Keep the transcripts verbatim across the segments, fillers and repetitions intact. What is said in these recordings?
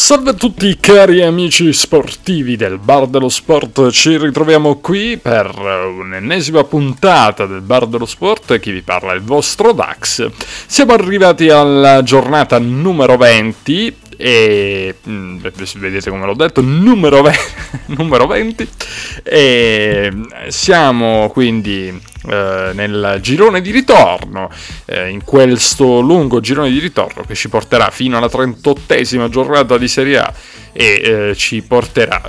Salve a tutti cari amici sportivi del Bar dello Sport, ci ritroviamo qui per un'ennesima puntata del Bar dello Sport. Chi vi parla è il vostro Dax. Siamo arrivati alla giornata numero venti e vedete come l'ho detto, numero venti, numero venti e siamo quindi eh, nel girone di ritorno, eh, in questo lungo girone di ritorno che ci porterà fino alla trentottesima giornata di Serie A e eh, ci porterà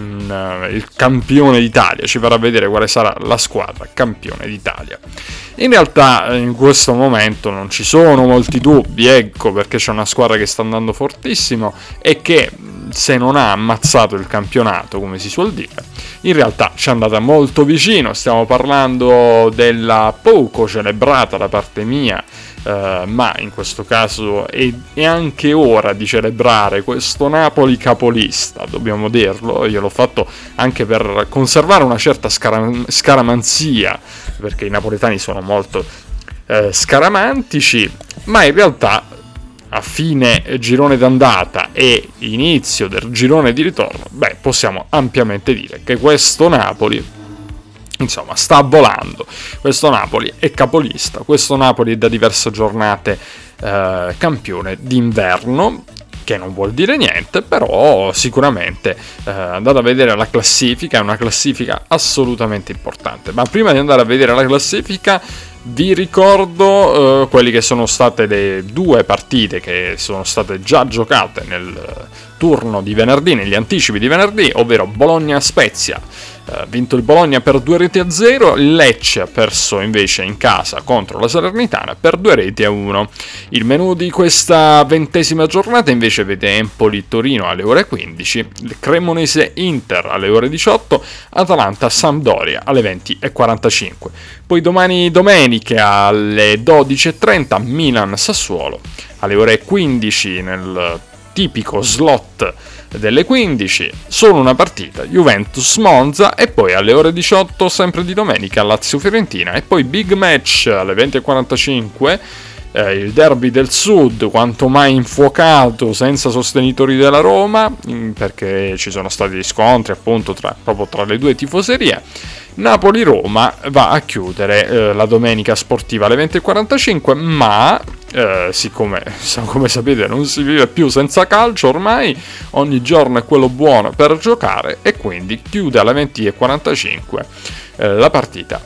um, il campione d'Italia, ci farà vedere quale sarà la squadra campione d'Italia. In realtà in questo momento non ci sono molti dubbi, ecco perché c'è una squadra che sta andando fortissimo e che, se non ha ammazzato il campionato, come si suol dire, in realtà ci è andata molto vicino. Stiamo parlando della poco celebrata da parte mia, eh, ma in questo caso è, è anche ora di celebrare questo Napoli capolista, dobbiamo dirlo. Io l'ho fatto anche per conservare una certa scaram- scaramanzia, perché i napoletani sono molto eh, scaramantici, ma in realtà a fine girone d'andata e inizio del girone di ritorno, beh, possiamo ampiamente dire che questo Napoli, insomma, sta volando. Questo Napoli è capolista, questo Napoli è da diverse giornate eh, campione d'inverno, che non vuol dire niente, però sicuramente eh, andate a vedere la classifica, è una classifica assolutamente importante. Ma prima di andare a vedere la classifica vi ricordo eh, quelli che sono state le due partite che sono state già giocate nel turno di venerdì, negli anticipi di venerdì, ovvero Bologna-Spezia. Ha uh, vinto il Bologna per due reti a zero, il Lecce ha perso invece in casa contro la Salernitana per due reti a uno. Il menù di questa ventesima giornata invece vede Empoli-Torino alle ore quindici, il Cremonese-Inter alle ore diciotto, Atalanta-Sampdoria alle venti e quarantacinque. Poi domani domenica alle dodici e trenta Milan-Sassuolo, alle ore quindici nel tipico slot delle quindici, solo una partita, Juventus-Monza, e poi alle ore diciotto, sempre di domenica, Lazio-Fiorentina, e poi big match alle venti e quarantacinque, eh, il derby del Sud, quanto mai infuocato, senza sostenitori della Roma, perché ci sono stati scontri appunto tra, proprio tra le due tifoserie. Napoli-Roma va a chiudere eh, la domenica sportiva alle venti e quarantacinque, ma eh, siccome come sapete non si vive più senza calcio ormai, ogni giorno è quello buono per giocare, e quindi chiude alle venti e quarantacinque eh, la partita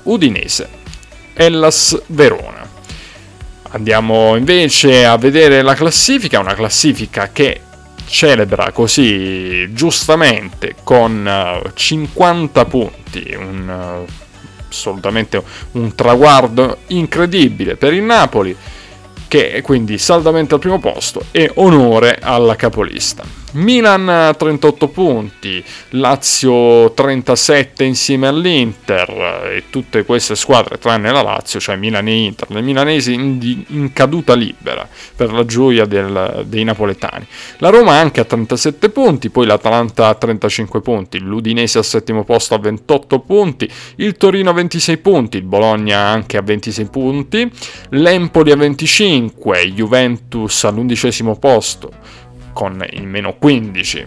Udinese-Hellas Verona. Andiamo invece a vedere la classifica, una classifica che celebra così giustamente con uh, cinquanta punti, un, uh, assolutamente un traguardo incredibile per il Napoli, che è quindi saldamente al primo posto, e onore alla capolista. Milan trentotto punti, Lazio trentasette insieme all'Inter, e tutte queste squadre tranne la Lazio, cioè Milan e Inter, le milanesi in, in caduta libera per la gioia del, dei napoletani. La Roma anche a trentasette punti, poi l'Atalanta a trentacinque punti, l'Udinese al settimo posto a ventotto punti, il Torino a ventisei punti, il Bologna anche a ventisei punti, l'Empoli a venticinque, Juventus all'undicesimo posto con il meno quindici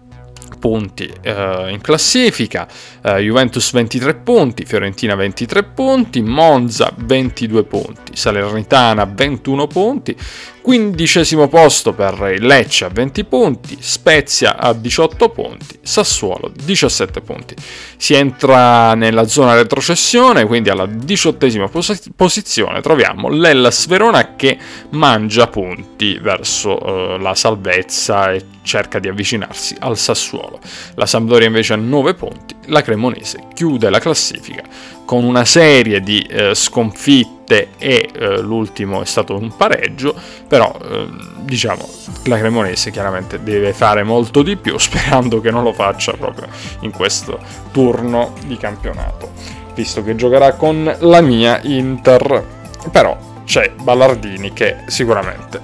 punti eh, in classifica, eh, Juventus ventitré punti, Fiorentina ventitré punti, Monza ventidue punti, Salernitana ventuno punti, quindicesimo posto per il Lecce a venti punti, Spezia a diciotto punti, Sassuolo diciassette punti. Si entra nella zona retrocessione, quindi alla diciottesima pos- posizione troviamo l'Hellas Verona, che mangia punti verso eh, la salvezza e cerca di avvicinarsi al Sassuolo. La Sampdoria invece ha nove punti, la Cremonese chiude la classifica con una serie di eh, sconfitte e eh, l'ultimo è stato un pareggio, però eh, diciamo la Cremonese chiaramente deve fare molto di più, sperando che non lo faccia proprio in questo turno di campionato, visto che giocherà con la mia Inter. Però c'è Ballardini, che sicuramente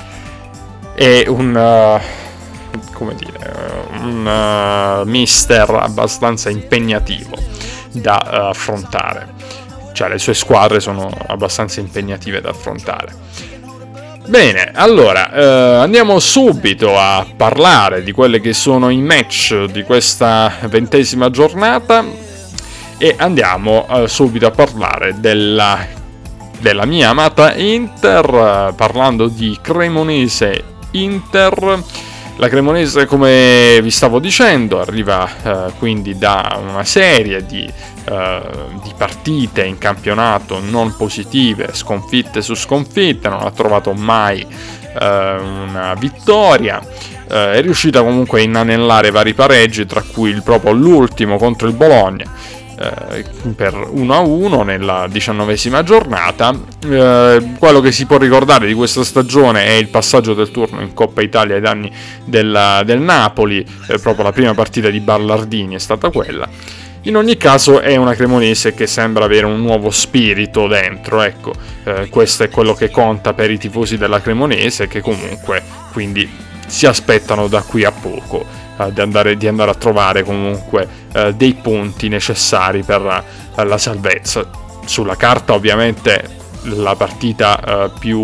è un uh, come dire un uh, mister abbastanza impegnativo da uh, affrontare, cioè le sue squadre sono abbastanza impegnative da affrontare. Bene, allora eh, andiamo subito a parlare di quelli che sono i match di questa ventesima giornata e andiamo eh, subito a parlare della, della mia amata Inter, eh, parlando di Cremonese Inter. La Cremonese, come vi stavo dicendo, arriva eh, quindi da una serie di Uh, di partite in campionato non positive, sconfitte su sconfitte, non ha trovato mai uh, una vittoria, uh, è riuscita comunque a inanellare vari pareggi, tra cui il, proprio l'ultimo contro il Bologna uh, per uno a uno nella diciannovesima giornata. Uh, quello che si può ricordare di questa stagione è il passaggio del turno in Coppa Italia ai danni del, del Napoli, uh, proprio la prima partita di Ballardini è stata quella. In ogni caso è una Cremonese che sembra avere un nuovo spirito dentro, ecco, eh, questo è quello che conta per i tifosi della Cremonese, che comunque quindi si aspettano da qui a poco eh, di, andare, di andare a trovare comunque eh, dei punti necessari per eh, la salvezza. Sulla carta ovviamente la partita eh, più,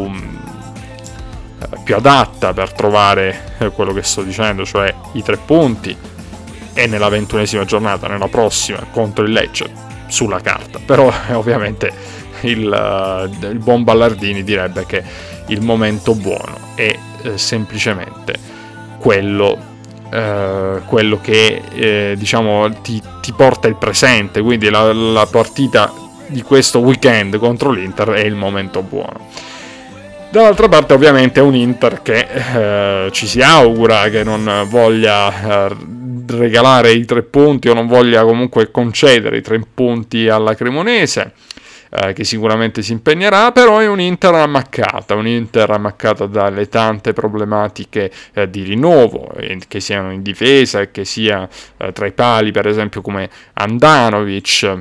eh, più adatta per trovare eh, quello che sto dicendo, cioè i tre punti, e nella ventunesima giornata, nella prossima, contro il Lecce, sulla carta. Però eh, ovviamente il, uh, il buon Ballardini direbbe che il momento buono è eh, semplicemente quello, eh, quello che eh, diciamo ti, ti porta il presente, quindi la, la partita di questo weekend contro l'Inter è il momento buono. Dall'altra parte ovviamente è un Inter che eh, ci si augura che non voglia eh, regalare i tre punti o non voglia comunque concedere i tre punti alla Cremonese, eh, che sicuramente si impegnerà, però è un Inter ammaccata, un Inter ammaccata dalle tante problematiche eh, di rinnovo, eh, che siano in difesa e che sia eh, tra i pali, per esempio come Andanovic,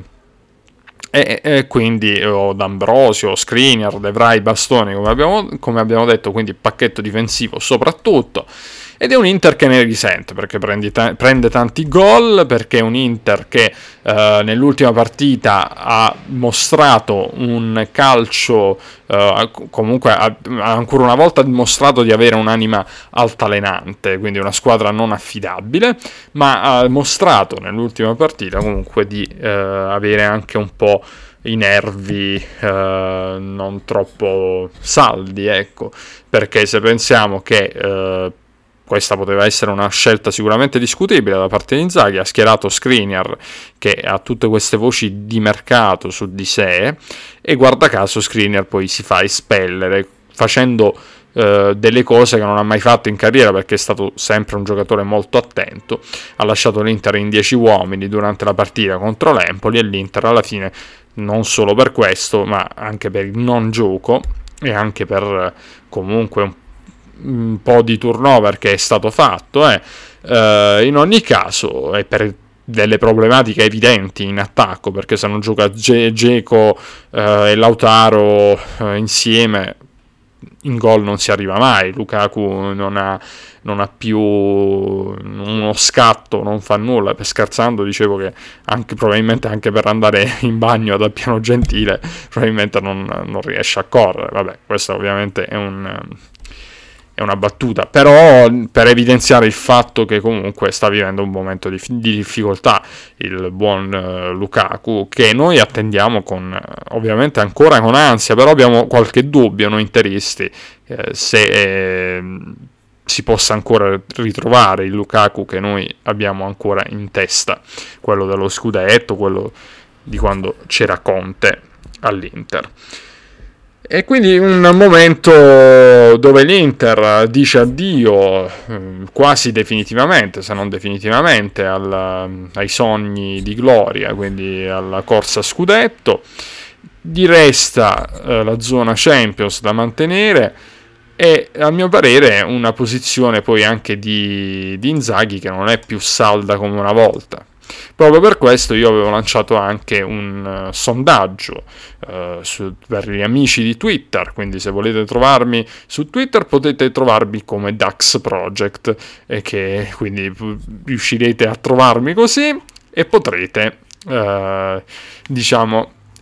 E, e quindi o D'Ambrosio, Skriniar, De Vrij, Bastoni, come abbiamo, come abbiamo detto, quindi il pacchetto difensivo soprattutto. Ed è un Inter che ne risente, perché prende, ta- prende tanti gol, perché è un Inter che eh, nell'ultima partita ha mostrato un calcio, eh, comunque ha, ha ancora una volta dimostrato di avere un'anima altalenante, quindi una squadra non affidabile, ma ha mostrato nell'ultima partita comunque di eh, avere anche un po' i nervi eh, non troppo saldi, ecco, perché se pensiamo che eh, questa poteva essere una scelta sicuramente discutibile da parte di Inzaghi, ha schierato Skriniar che ha tutte queste voci di mercato su di sé, e guarda caso Skriniar poi si fa espellere facendo eh, delle cose che non ha mai fatto in carriera, perché è stato sempre un giocatore molto attento. Ha lasciato l'Inter in dieci uomini durante la partita contro l'Empoli, e l'Inter alla fine, non solo per questo ma anche per il non gioco e anche per eh, comunque un un po' di turnover che è stato fatto, eh. Eh, in ogni caso è per delle problematiche evidenti in attacco, perché se non gioca Dzeko eh, e Lautaro eh, insieme in gol non si arriva mai. Lukaku non ha, non ha più uno scatto, non fa nulla. Per scherzando dicevo che anche probabilmente anche per andare in bagno da Piano Gentile probabilmente non, non riesce a correre. Vabbè, questo ovviamente è un è una battuta, però per evidenziare il fatto che comunque sta vivendo un momento di, di difficoltà il buon uh, Lukaku, che noi attendiamo con ovviamente ancora con ansia, però abbiamo qualche dubbio noi interisti eh, se eh, si possa ancora ritrovare il Lukaku che noi abbiamo ancora in testa, quello dello scudetto, quello di quando c'era Conte all'Inter. E quindi un momento dove l'Inter dice addio quasi definitivamente, se non definitivamente, al, ai sogni di gloria, quindi alla corsa a scudetto. Gli resta eh, la zona Champions da mantenere e, a mio parere, una posizione poi anche di, di Inzaghi che non è più salda come una volta. Proprio per questo io avevo lanciato anche un uh, sondaggio uh, su, per gli amici di Twitter, quindi se volete trovarmi su Twitter potete trovarmi come Dax Project, e che quindi riuscirete a trovarmi così e potrete uh, diciamo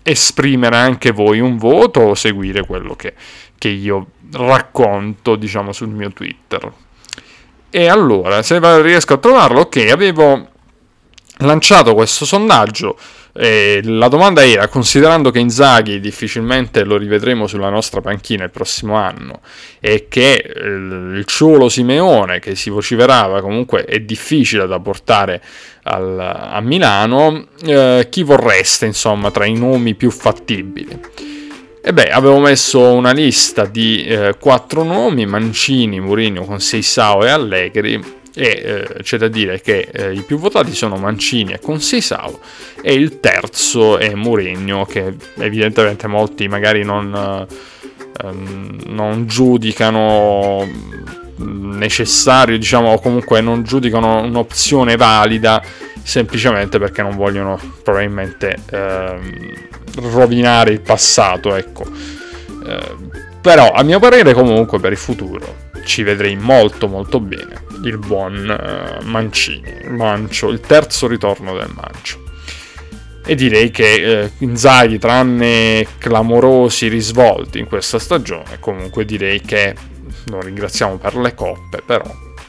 esprimere anche voi un voto o seguire quello che, che io racconto, diciamo, sul mio Twitter. E allora, se riesco a trovarlo, ok, avevo lanciato questo sondaggio. E la domanda era: considerando che Inzaghi difficilmente lo rivedremo sulla nostra panchina il prossimo anno e che eh, il Ciolo Simeone, che si vociferava comunque è difficile da portare al, a Milano, eh, chi vorreste insomma tra i nomi più fattibili? E beh, avevo messo una lista di eh, quattro nomi: Mancini, Mourinho, Conceição e Allegri. E eh, c'è da dire che eh, i più votati sono Mancini e Conceição, e il terzo è Mourinho, che evidentemente molti magari non, eh, non giudicano necessario, diciamo, o comunque non giudicano un'opzione valida, semplicemente perché non vogliono probabilmente eh, rovinare il passato, ecco. Eh, però a mio parere comunque per il futuro ci vedrei molto molto bene il buon uh, Mancini, il Mancio, il terzo ritorno del Mancio. E direi che eh, Inzaghi, tranne clamorosi risvolti in questa stagione, comunque direi che lo ringraziamo per le coppe, però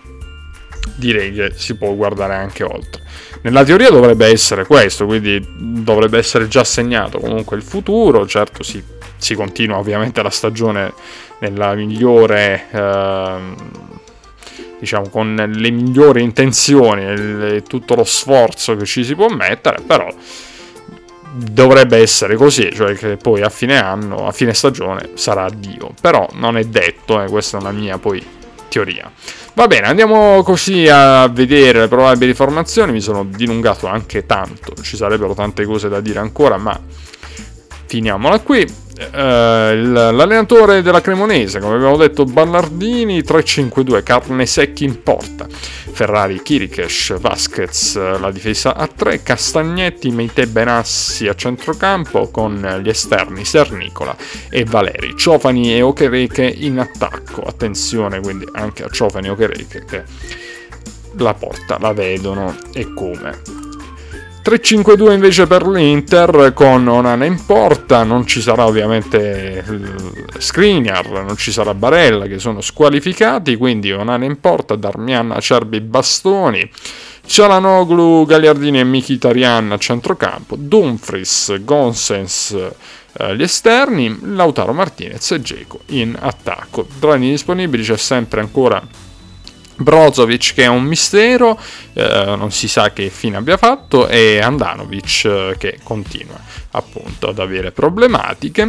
direi che si può guardare anche oltre. Nella teoria dovrebbe essere questo, quindi dovrebbe essere già segnato comunque il futuro. Certo si, si continua ovviamente la stagione nella migliore, eh, diciamo con le migliori intenzioni e tutto lo sforzo che ci si può mettere, però dovrebbe essere così, cioè che poi a fine anno, a fine stagione sarà addio, però non è detto, eh, questa è una mia poi teoria. Va bene, andiamo così a vedere le probabili formazioni. Mi sono dilungato anche tanto, ci sarebbero tante cose da dire ancora, ma finiamola qui. Uh, l'allenatore della Cremonese, come abbiamo detto, Ballardini, tre cinque due, carne secchi in porta, Ferrari, Chiriches, Vasquez, la difesa a tre, Castagnetti, Meite, Benassi a centrocampo, con gli esterni Sernicola e Valeri, Ciofani e Okereke in attacco. Attenzione quindi anche a Ciofani e Okereke, che la porta la vedono e come. tre cinque due invece per l'Inter, con Onana in porta. Non ci sarà ovviamente Skriniar, non ci sarà Barella, che sono squalificati, quindi Onana in porta, Darmian, Acerbi, Bastoni, Çalhanoğlu, Gagliardini e Mkhitaryan a centrocampo, Dumfries, Gonsens eh, gli esterni, Lautaro Martinez e Dzeko in attacco. Tra i disponibili c'è sempre ancora Brozovic, che è un mistero, eh, non si sa che fine abbia fatto, e Handanovic, eh, che continua appunto ad avere problematiche.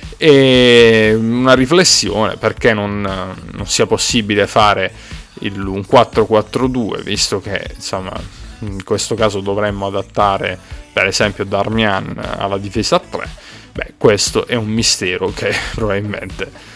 E una riflessione: perché non, non sia possibile fare il, un quattro quattro due, visto che insomma in questo caso dovremmo adattare per esempio Darmian alla difesa a tre. Beh, questo è un mistero che probabilmente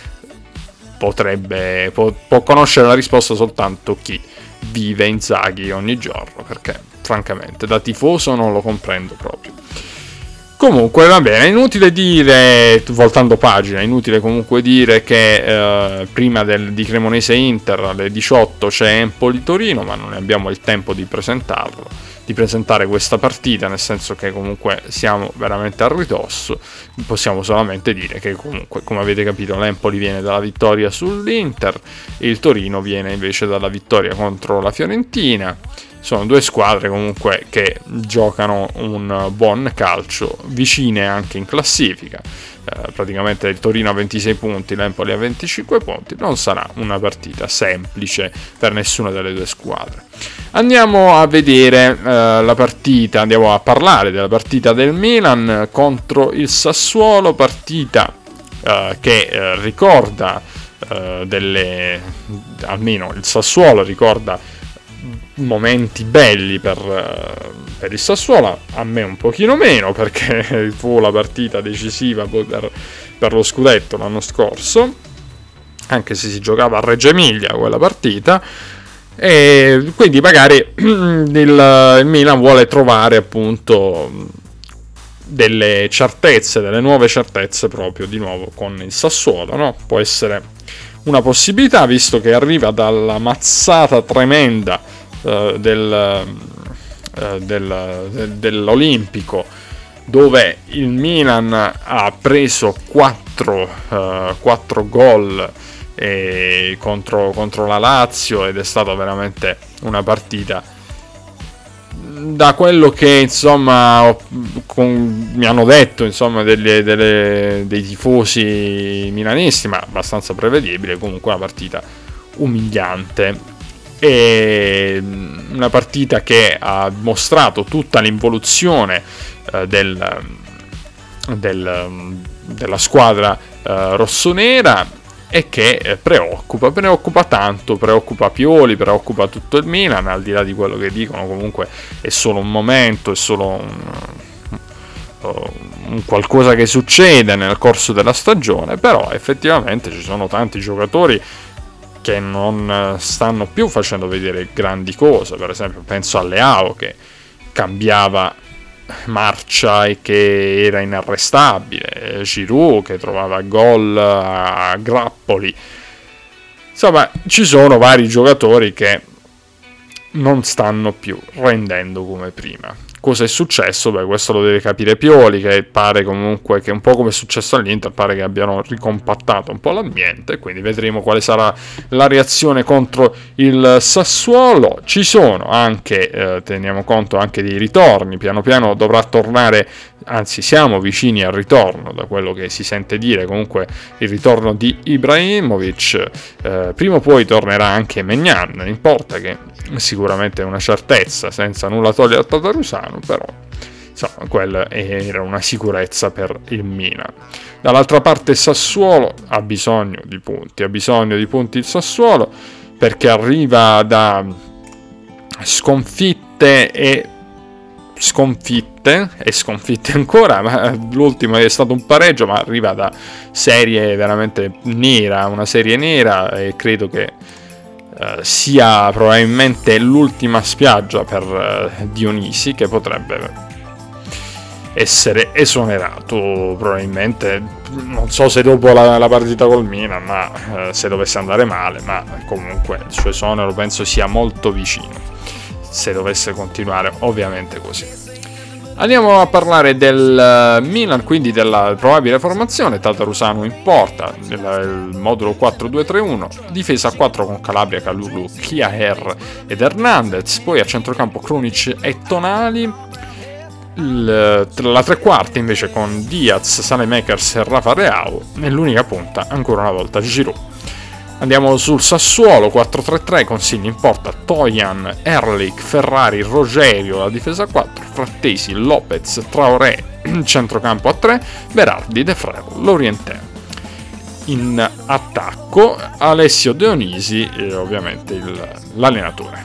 potrebbe può, può conoscere la risposta soltanto chi vive Inzaghi ogni giorno, perché francamente da tifoso non lo comprendo proprio. Comunque va bene, è inutile dire, voltando pagina, è inutile comunque dire che eh, prima del, di Cremonese Inter alle diciotto c'è Empoli Torino, ma non abbiamo il tempo di presentarlo, di presentare questa partita, nel senso che comunque siamo veramente a ridosso. Possiamo solamente dire che comunque, come avete capito, l'Empoli viene dalla vittoria sull'Inter e il Torino viene invece dalla vittoria contro la Fiorentina. Sono due squadre comunque che giocano un buon calcio, vicine anche in classifica. Eh, praticamente il Torino ha ventisei punti, l'Empoli ha venticinque punti. Non sarà una partita semplice per nessuna delle due squadre. Andiamo a vedere eh, la partita, andiamo a parlare della partita del Milan contro il Sassuolo, partita eh, che eh, ricorda eh, delle, almeno il Sassuolo ricorda momenti belli per, per il Sassuolo, a me un pochino meno, perché fu la partita decisiva per, per lo scudetto l'anno scorso, anche se si giocava a Reggio Emilia quella partita, e quindi magari il, il Milan vuole trovare appunto delle certezze, delle nuove certezze proprio di nuovo con il Sassuolo, no? Può essere una possibilità, visto che arriva dalla mazzata tremenda Uh, del, uh, del, del, dell'Olimpico dove il Milan ha preso quattro gol eh, contro, contro la Lazio, ed è stata veramente una partita, da quello che insomma con, mi hanno detto insomma delle, delle, dei tifosi milanisti, ma abbastanza prevedibile. Comunque una partita umiliante, e una partita che ha mostrato tutta l'involuzione eh, del, del, della squadra eh, rossonera, e che preoccupa, preoccupa tanto, preoccupa Pioli, preoccupa tutto il Milan, al di là di quello che dicono. Comunque è solo un momento, è solo un, un qualcosa che succede nel corso della stagione, però effettivamente ci sono tanti giocatori che non stanno più facendo vedere grandi cose. Per esempio penso a Leao, che cambiava marcia e che era inarrestabile, Giroud che trovava gol a grappoli. Insomma, ci sono vari giocatori che non stanno più rendendo come prima. Cosa è successo? Beh, questo lo deve capire Pioli, che pare comunque che un po' come è successo all'Inter, pare che abbiano ricompattato un po' l'ambiente, quindi vedremo quale sarà la reazione contro il Sassuolo. Ci sono anche, eh, teniamo conto anche dei ritorni, piano piano dovrà tornare, anzi siamo vicini al ritorno, da quello che si sente dire, comunque il ritorno di Ibrahimovic, eh, prima o poi tornerà anche Maignan, non importa, che sicuramente è una certezza, senza nulla togliere a Tatarusano, però insomma quella era una sicurezza per il Milan. Dall'altra parte Sassuolo ha bisogno di punti, ha bisogno di punti il Sassuolo, perché arriva da sconfitte e sconfitte e sconfitte ancora, ma l'ultima è stato un pareggio, ma arriva da serie veramente nera, una serie nera, e credo che Uh, sia probabilmente l'ultima spiaggia per uh, Dionisi, che potrebbe essere esonerato probabilmente, non so se dopo la, la partita col Milan, ma uh, se dovesse andare male, ma comunque il suo esonero penso sia molto vicino, se dovesse continuare ovviamente così. Andiamo a parlare del Milan, quindi della probabile formazione. Tatarusano in porta, il, il modulo quattro due tre uno, difesa a quattro con Calabria, Kalulu, Kjaer ed Hernandez, poi a centrocampo Krunic e Tonali, il, la tre quarti invece con Diaz, Saelemaekers e Rafa Leao, e l'unica punta ancora una volta Giroud. Andiamo sul Sassuolo, quattro tre tre, consigli in porta Tojan, Erlich, Ferrari, Rogerio, la difesa a quattro, Frattesi, Lopez, Traoré, centrocampo a tre, Berardi, De Frel, Lorientè. In attacco Alessio Dionisi e ovviamente il, l'allenatore.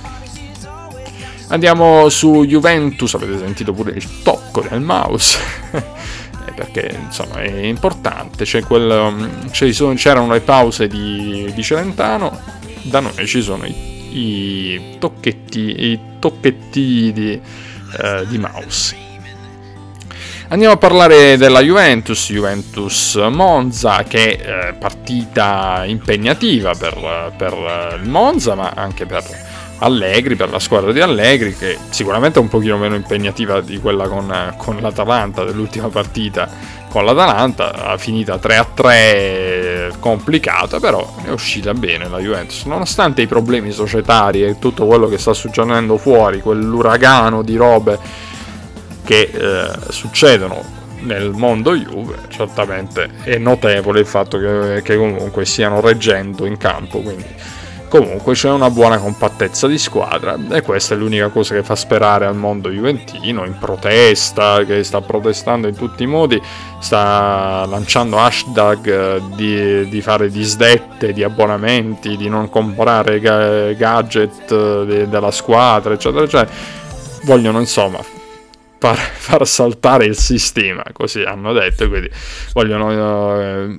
Andiamo su Juventus, avete sentito pure il tocco del mouse. Perché insomma è importante, c'è quel, c'è, c'erano le pause di, di Celentano, da noi ci sono i, i tocchetti i tocchetti di, eh, di mouse. Andiamo a parlare della Juventus, Juventus Monza, che è eh, partita impegnativa per, per il Monza, ma anche per Allegri, per la squadra di Allegri, che sicuramente è un pochino meno impegnativa di quella con, con l'Atalanta, dell'ultima partita con l'Atalanta, finita tre a tre, complicata, però è uscita bene la Juventus, nonostante i problemi societari e tutto quello che sta succedendo fuori, quell'uragano di robe che eh, succedono nel mondo Juve. Certamente è notevole il fatto che, che comunque stiano reggendo in campo, quindi comunque c'è una buona compattezza di squadra, e questa è l'unica cosa che fa sperare al mondo juventino, in protesta, che sta protestando in tutti i modi, sta lanciando hashtag di, di fare disdette di abbonamenti, di non comprare ga- gadget de- della squadra, eccetera, eccetera. Vogliono insomma far, far saltare il sistema, così hanno detto, quindi vogliono, eh,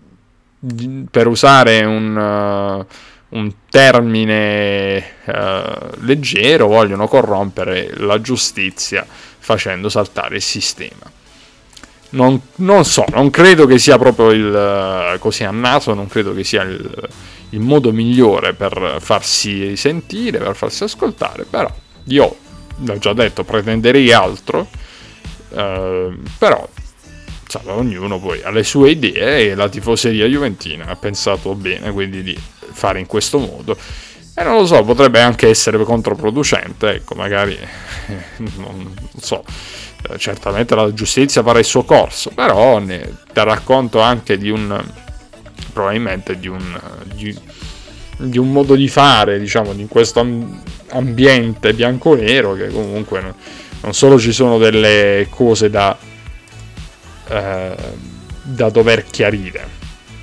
per usare un... Uh, un termine eh, leggero, vogliono corrompere la giustizia facendo saltare il sistema. Non, non so, non credo che sia proprio il così a naso, non credo che sia il, il modo migliore per farsi sentire, per farsi ascoltare, però io l'ho già detto, pretenderei altro, eh, però insomma, ognuno poi ha le sue idee e la tifoseria juventina ha pensato bene quindi di fare in questo modo. E non lo so, potrebbe anche essere controproducente, ecco, magari, non so, certamente la giustizia farà il suo corso, però ne terrà conto anche di un, probabilmente di un, di, di un modo di fare, diciamo, in questo ambiente bianco-nero, che comunque non, non solo ci sono delle cose da, eh, da dover chiarire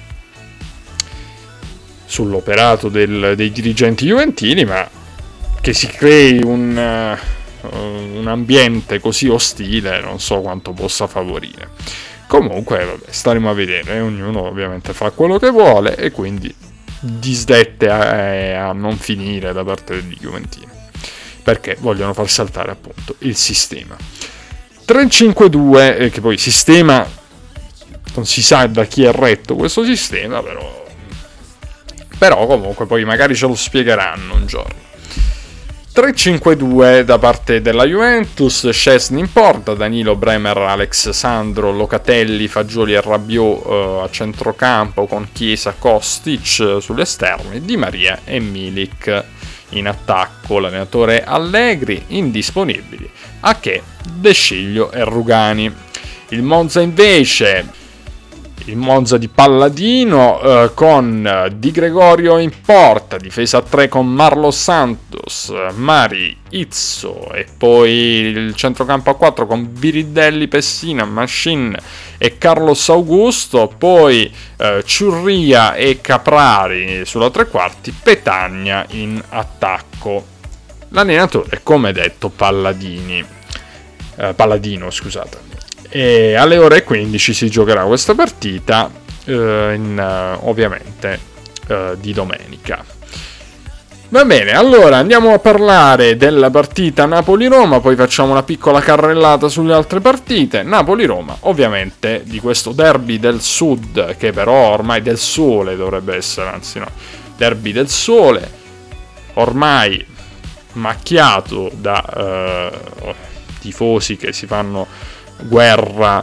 sull'operato del, dei dirigenti juventini, ma che si crei un, uh, un ambiente così ostile non so quanto possa favorire. Comunque vabbè, staremo a vedere, eh? Ognuno ovviamente fa quello che vuole e quindi disdette a, a non finire da parte degli juventini, perché vogliono far saltare appunto il sistema tre cinque due, eh, che poi sistema non si sa da chi è retto questo sistema, però Però comunque poi magari ce lo spiegheranno un giorno. tre cinque due da parte della Juventus, Szczesny in porta, Danilo, Bremer, Alex Sandro, Locatelli, Fagioli e Rabiot eh, a centrocampo con Chiesa, Kostic sugli esterni, Di Maria e Milik in attacco. L'allenatore Allegri, indisponibili Aché, De Sciglio e Rugani. Il Monza invece... Il Monza di Palladino eh, con Di Gregorio in porta, difesa a tre con Marlos Santos, Mari, Izzo e poi il centrocampo a quattro con Biridelli, Pessina, Machine e Carlos Augusto, poi eh, Ciurria e Caprari sulla tre quarti, Petagna in attacco. L'allenatore, come detto, Palladini, eh, Palladino, scusate. E alle ore quindici si giocherà questa partita, eh, in, uh, ovviamente uh, di domenica. Va bene, allora andiamo a parlare della partita Napoli-Roma, poi facciamo una piccola carrellata sulle altre partite. Napoli-Roma, ovviamente, di questo derby del sud, che però ormai del sole dovrebbe essere, anzi no, derby del sole, ormai macchiato da uh, tifosi che si fanno guerra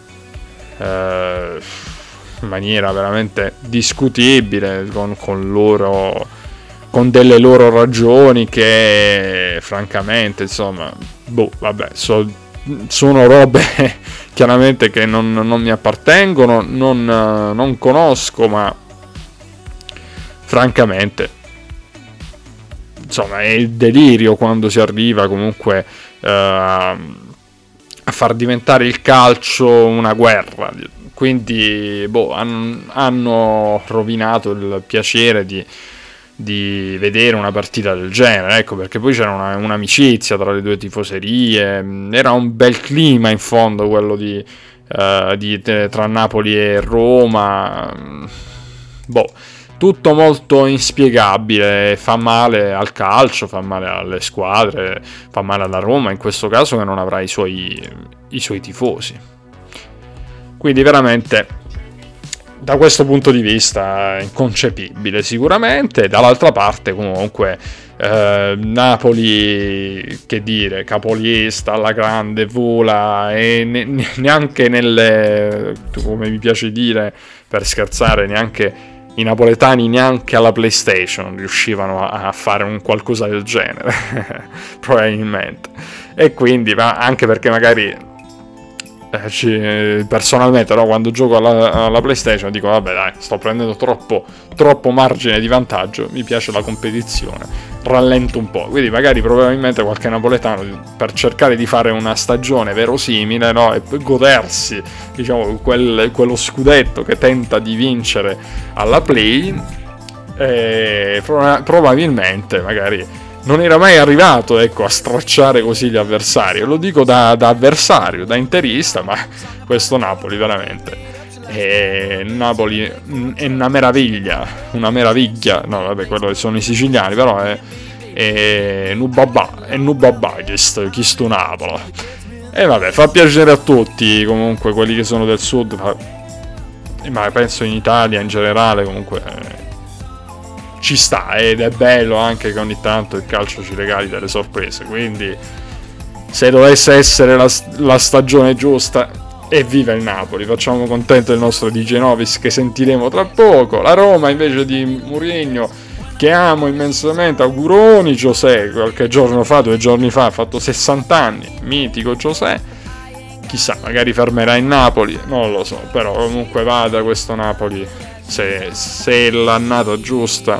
eh, in maniera veramente discutibile, con, con loro con delle loro ragioni che francamente insomma boh vabbè so, sono robe chiaramente che non, non mi appartengono, non, non conosco, ma francamente insomma è il delirio quando si arriva comunque eh, a far diventare il calcio una guerra. Quindi boh, han, hanno rovinato il piacere di, di vedere una partita del genere, ecco, perché poi c'era una, un'amicizia tra le due tifoserie, era un bel clima in fondo quello di, uh, di tra Napoli e Roma, boh, tutto molto inspiegabile, fa male al calcio, fa male alle squadre, fa male alla Roma in questo caso, che non avrà i suoi, i suoi tifosi. Quindi veramente da questo punto di vista inconcepibile sicuramente. Dall'altra parte comunque eh, Napoli, che dire, capolista alla grande, vola, e ne, neanche nelle, come mi piace dire per scherzare, neanche i napoletani neanche alla PlayStation riuscivano a, a fare un qualcosa del genere probabilmente. E quindi, ma anche perché magari eh, ci, personalmente no, quando gioco alla, alla PlayStation dico vabbè dai, sto prendendo troppo, troppo margine di vantaggio, mi piace la competizione, rallento un po'. Quindi magari probabilmente qualche napoletano, per cercare di fare una stagione verosimile, no, e godersi diciamo quel, quello scudetto che tenta di vincere alla Play, eh, pro- probabilmente magari non era mai arrivato, ecco, a stracciare così gli avversari. Lo dico da, da avversario, da interista, ma questo Napoli veramente è, Napoli è una meraviglia, una meraviglia. No, vabbè, quello sono i siciliani, però è è Nubabà, è Nubabà chi sto Napoli. E vabbè, fa piacere a tutti comunque quelli che sono del sud, fa, ma penso in Italia in generale comunque eh, ci sta, ed è bello anche che ogni tanto il calcio ci regali delle sorprese, quindi se dovesse essere la, la stagione giusta, evviva il Napoli, facciamo contento il nostro Di Genovis che sentiremo tra poco. La Roma invece di Mourinho, che amo immensamente, auguroni José, qualche giorno fa, due giorni fa, ha fatto sessanta anni, mitico José, chissà, magari fermerà in Napoli, non lo so, però comunque vada questo Napoli, se, se è l'annata giusta,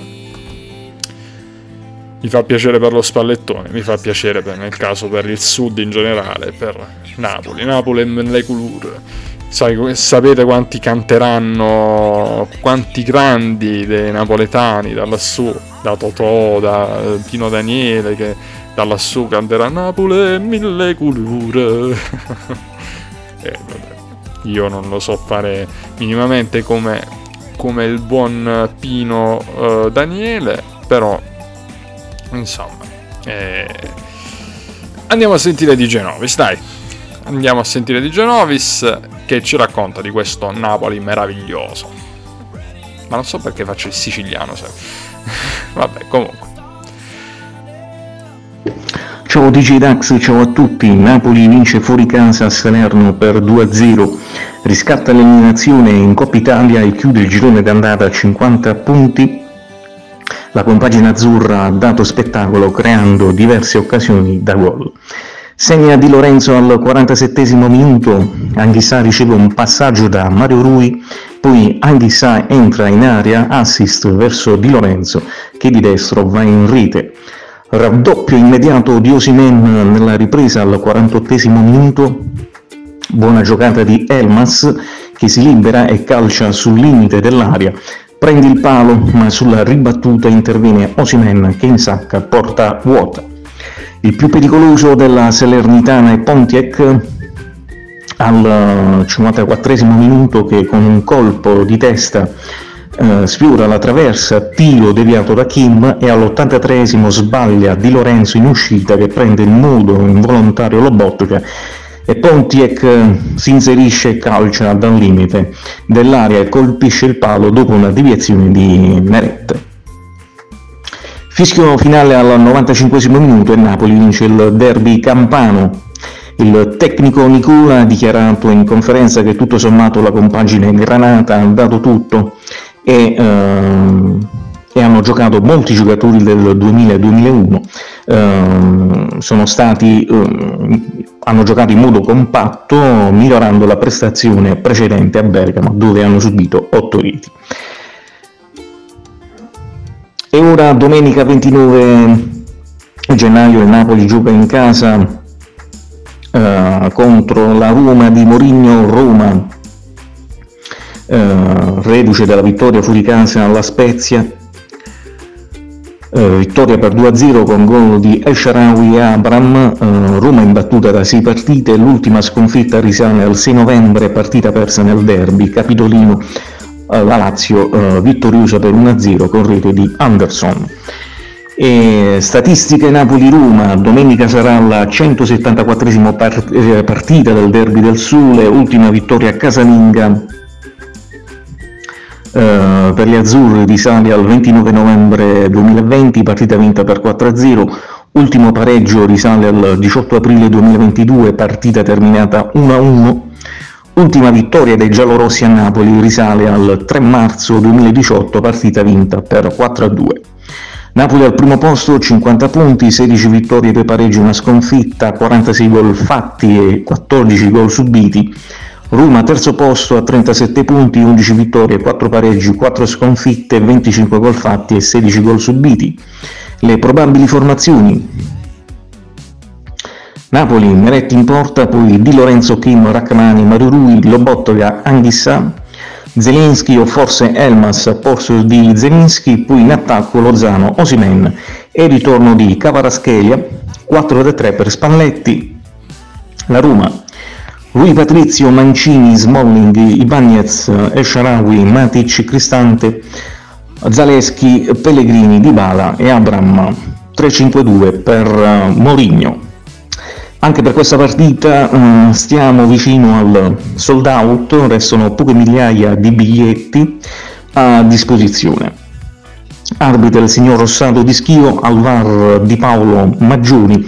mi fa piacere per lo Spallettone, mi fa piacere per, nel caso per il Sud in generale, per Napoli, Napoli e le culture. Sai, sapete quanti canteranno, quanti grandi dei napoletani da lassù, da Totò, da Pino Daniele, che da lassù canterà Napoli e mille culture. eh, vabbè. Io non lo so fare minimamente come, come il buon Pino uh, Daniele, però insomma eh, andiamo a sentire Di Genovis, dai. Andiamo a sentire Di Genovis che ci racconta di questo Napoli meraviglioso. Ma non so perché faccio il siciliano, sai. Vabbè, comunque. Ciao D J Dax, ciao a tutti. Napoli vince fuori casa a Salerno per due a zero, riscatta l'eliminazione in Coppa Italia e chiude il girone d'andata a cinquanta punti. La compagine azzurra ha dato spettacolo creando diverse occasioni da gol. Segna Di Lorenzo al quarantasettesimo minuto, Anghissà riceve un passaggio da Mario Rui, poi Anghissà entra in area, assist verso Di Lorenzo che di destro va in rete. Raddoppio immediato di Osimhen nella ripresa al quarantottesimo minuto, buona giocata di Elmas che si libera e calcia sul limite dell'area, prende il palo ma sulla ribattuta interviene Osimhen che insacca porta vuota. Il più pericoloso della Salernitana è Pontiac al cinquantaquattresimo minuto che con un colpo di testa eh, sfiora la traversa, tiro deviato da Kim, e all'ottantatreesimo sbaglia Di Lorenzo in uscita che prende in nudo involontario Lobotka e Pontiac eh, si inserisce e calcia dal limite dell'area e colpisce il palo dopo una deviazione di Meret. Fischio finale al novantacinquesimo minuto e Napoli vince il derby campano. Il tecnico Nicola ha dichiarato in conferenza che tutto sommato la compagine granata ha dato tutto e, ehm, e hanno giocato molti giocatori del duemila e duemilauno, ehm, sono stati, ehm, hanno giocato in modo compatto migliorando la prestazione precedente a Bergamo dove hanno subito otto reti. E ora domenica ventinove gennaio il Napoli gioca in casa eh, contro la Roma di Mourinho. Roma, eh, reduce dalla vittoria fuori casa alla Spezia, eh, vittoria per due a zero con gol di El Shaarawy e Abram. eh, Roma imbattuta da sei partite, l'ultima sconfitta risale al sei novembre, partita persa nel derby capitolino. La Lazio eh, vittoriosa per uno a zero con rete di Anderson. E statistiche Napoli-Roma, domenica sarà la centosettantaquattresima part- eh, partita del derby del Sole, ultima vittoria casalinga eh, per gli azzurri risale al ventinove novembre duemilaventi, partita vinta per quattro a zero, ultimo pareggio risale al diciotto aprile duemilaventidue, partita terminata uno a uno. Ultima vittoria dei giallorossi a Napoli risale al tre marzo duemiladiciotto, partita vinta per quattro a due. Napoli al primo posto, cinquanta punti, sedici vittorie, due pareggi, una sconfitta, quarantasei gol fatti e quattordici gol subiti. Roma terzo posto a trentasette punti, undici vittorie, quattro pareggi, quattro sconfitte, venticinque gol fatti e sedici gol subiti. Le probabili formazioni: Napoli, Meret in porta, poi Di Lorenzo, Kim, Rachmani, Mario Rui, Lobotka, Anghissà, Zelinski o forse Elmas a posto di Zelinski, poi in attacco Lozano, Osimhen e ritorno di Kvaratskhelia, quattro a tre per Spalletti. La Roma: Rui Patrizio, Mancini, Smalling, Ibañez, El Shaarawy, Matic, Cristante, Zaleschi, Pellegrini, Dybala e Abram. Tre cinque due per Mourinho. Anche per questa partita eh, stiamo vicino al sold out, restano poche migliaia di biglietti a disposizione. Arbitra il signor Rossato di Schio, al V A R Di Paolo Maggioni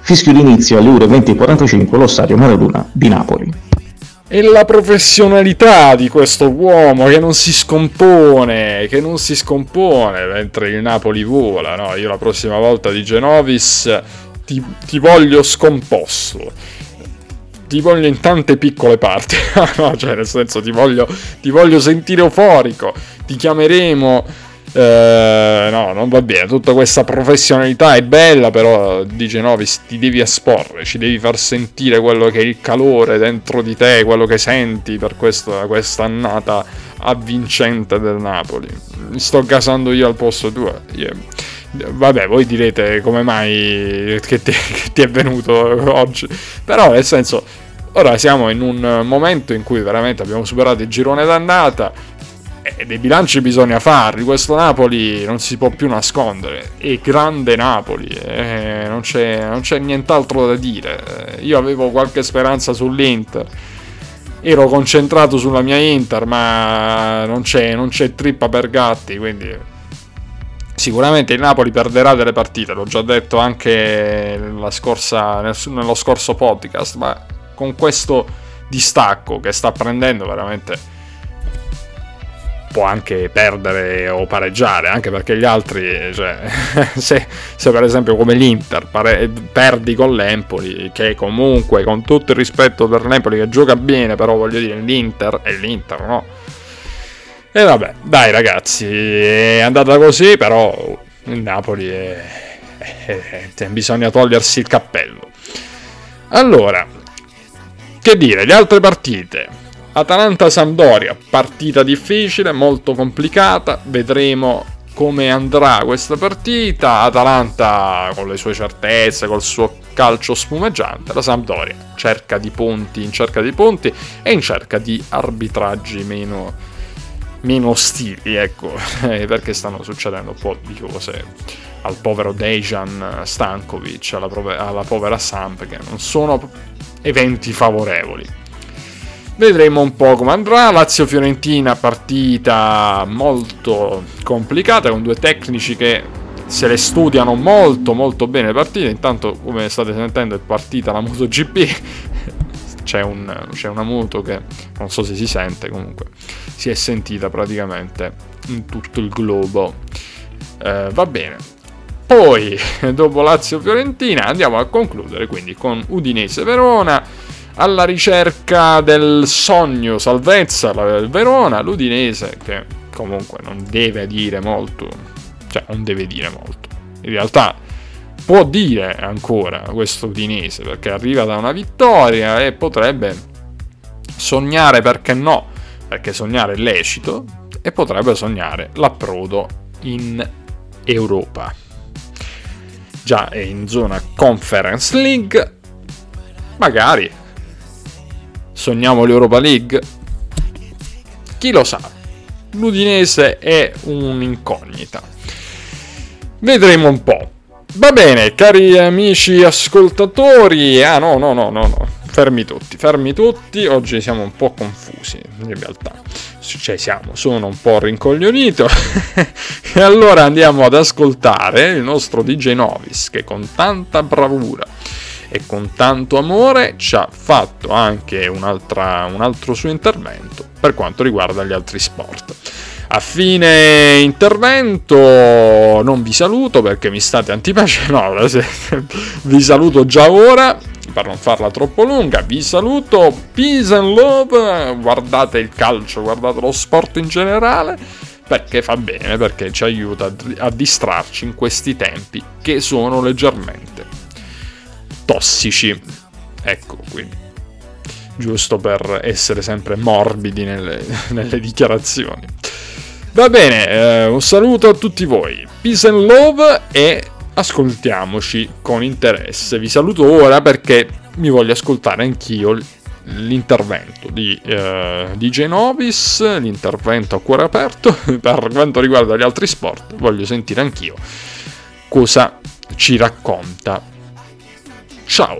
fischio d'inizio alle ore venti e quarantacinque allo stadio Maradona di Napoli. E la professionalità di questo uomo che non si scompone, che non si scompone mentre il Napoli vola, no? Io la prossima volta di Genovis ti, ti voglio scomposto, ti voglio in tante piccole parti, no, cioè nel senso ti voglio, ti voglio sentire euforico, ti chiameremo... Uh, no, non va bene, tutta questa professionalità è bella, però di Genovis ti devi esporre, ci devi far sentire quello che è il calore dentro di te, quello che senti per questa, questa annata avvincente del Napoli. Mi sto gasando io al posto tuo. Io, vabbè, voi direte come mai che ti, che ti è venuto oggi, però nel senso, ora siamo in un momento in cui veramente abbiamo superato il girone d'andata e dei bilanci bisogna farli. Questo Napoli non si può più nascondere, è grande Napoli, eh, non, c'è, non c'è nient'altro da dire. Io avevo qualche speranza sull'Inter, ero concentrato sulla mia Inter, ma non c'è, non c'è trippa per gatti, quindi sicuramente il Napoli perderà delle partite, l'ho già detto anche nella scorsa, nello scorso podcast, ma con questo distacco che sta prendendo veramente può anche perdere o pareggiare, anche perché gli altri, cioè, se, se per esempio come l'Inter pare, perdi con l'Empoli, che comunque, con tutto il rispetto per l'Empoli che gioca bene, però voglio dire, l'Inter è l'Inter, no? E vabbè, dai ragazzi, è andata così, però il Napoli è, è, è, bisogna togliersi il cappello. Allora, che dire, le altre partite? Atalanta-Sampdoria, partita difficile, molto complicata, vedremo come andrà questa partita. Atalanta con le sue certezze, col suo calcio spumeggiante, la Sampdoria cerca di punti, in cerca di punti e in cerca di arbitraggi meno, meno ostili, ecco, perché stanno succedendo un po' di cose al povero Dejan Stankovic, alla, prove- alla povera Samp, che non sono eventi favorevoli. Vedremo un po' come andrà. Lazio-Fiorentina, partita molto complicata, con due tecnici che se le studiano molto molto bene le partite. Intanto, come state sentendo, è partita la MotoGP. C'è, un, c'è una moto che non so se si sente, comunque si è sentita praticamente in tutto il globo. Eh, va bene. Poi, dopo Lazio-Fiorentina, andiamo a concludere quindi con Udinese-Verona. Alla ricerca del sogno salvezza il Verona, l'Udinese che comunque non deve dire molto, cioè non deve dire molto, in realtà può dire ancora questo Udinese, perché arriva da una vittoria e potrebbe sognare, perché no, perché sognare è lecito, e potrebbe sognare l'approdo in Europa. Già è in zona Conference League, magari sogniamo l'Europa League? Chi lo sa? L'Udinese è un'incognita. Vedremo un po'. Va bene, cari amici ascoltatori. Ah no, no, no, no, no. Fermi tutti, fermi tutti. Oggi siamo un po' confusi, in realtà. Cioè siamo, sono un po' rincoglionito. E allora andiamo ad ascoltare il nostro D J Novis, che con tanta bravura e con tanto amore ci ha fatto anche un'altra, un altro suo intervento per quanto riguarda gli altri sport. A fine intervento non vi saluto perché mi state antipatici, no, vi saluto già ora per non farla troppo lunga, vi saluto, peace and love, guardate il calcio, guardate lo sport in generale, perché fa bene, perché ci aiuta a distrarci in questi tempi che sono leggermente tossici, ecco, quindi giusto per essere sempre morbidi nelle, nelle dichiarazioni. Va bene, eh, un saluto a tutti voi, peace and love, e ascoltiamoci con interesse. Vi saluto ora perché mi voglio ascoltare anch'io l'intervento di eh, D J Novis, l'intervento a cuore aperto per quanto riguarda gli altri sport. Voglio sentire anch'io cosa ci racconta. Ciao.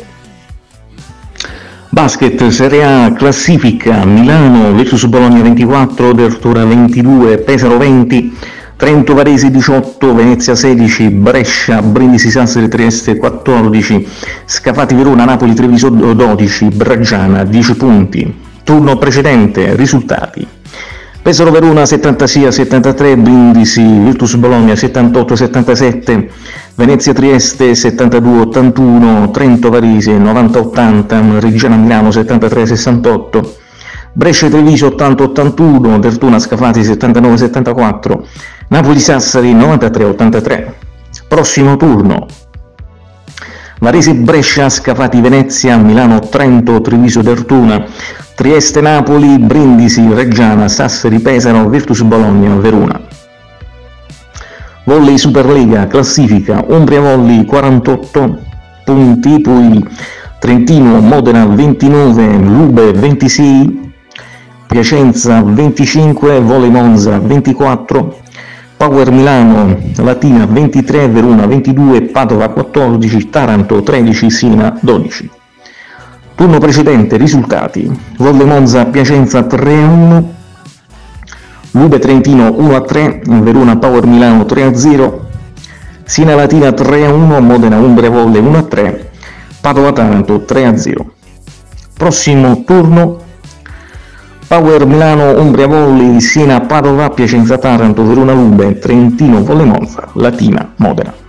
Basket, Serie A, classifica, Milano versus Bologna ventiquattro, Dertora ventidue, Pesaro venti, Trento Varese diciotto, Venezia sedici, Brescia, Brindisi Sassari Trieste quattordici, Scafati Verona, Napoli Treviso dodici, Braggiana dieci punti. Turno precedente, risultati: Pesaro Verona settantasei a settantatré, Brindisi Virtus Bologna settantotto a settantasette, Venezia Trieste settantadue a ottantuno, Trento Varese novanta a ottanta, Reggiana Milano settantatré a sessantotto, Brescia Treviso ottanta a ottantuno, Vertona Scafati settantanove a settantaquattro, Napoli Sassari novantatré a ottantatré. Prossimo turno: Varese Brescia, Scafati Venezia, Milano Trento, Treviso Vertona, Trieste Napoli, Brindisi Reggiana, Sassari Pesaro, Virtus Bologna Verona. Volley Superlega, classifica: Umbria Volley quarantotto punti, poi Trentino Modena ventinove, Lube ventisei, Piacenza venticinque, Volley Monza ventiquattro, Power Milano Latina ventitré, Verona ventidue, Padova quattordici, Taranto tredici, Siena dodici. Turno precedente, risultati: Volley Monza Piacenza tre a uno, Lube Trentino uno a tre, Verona Power Milano tre a zero, Siena Latina tre a uno, Modena Umbria Volley uno a tre, Padova Taranto tre a zero. Prossimo turno: Power Milano Umbria Volley, Siena Padova, Piacenza Taranto, Verona Lube, Trentino Volley Monza, Latina Modena.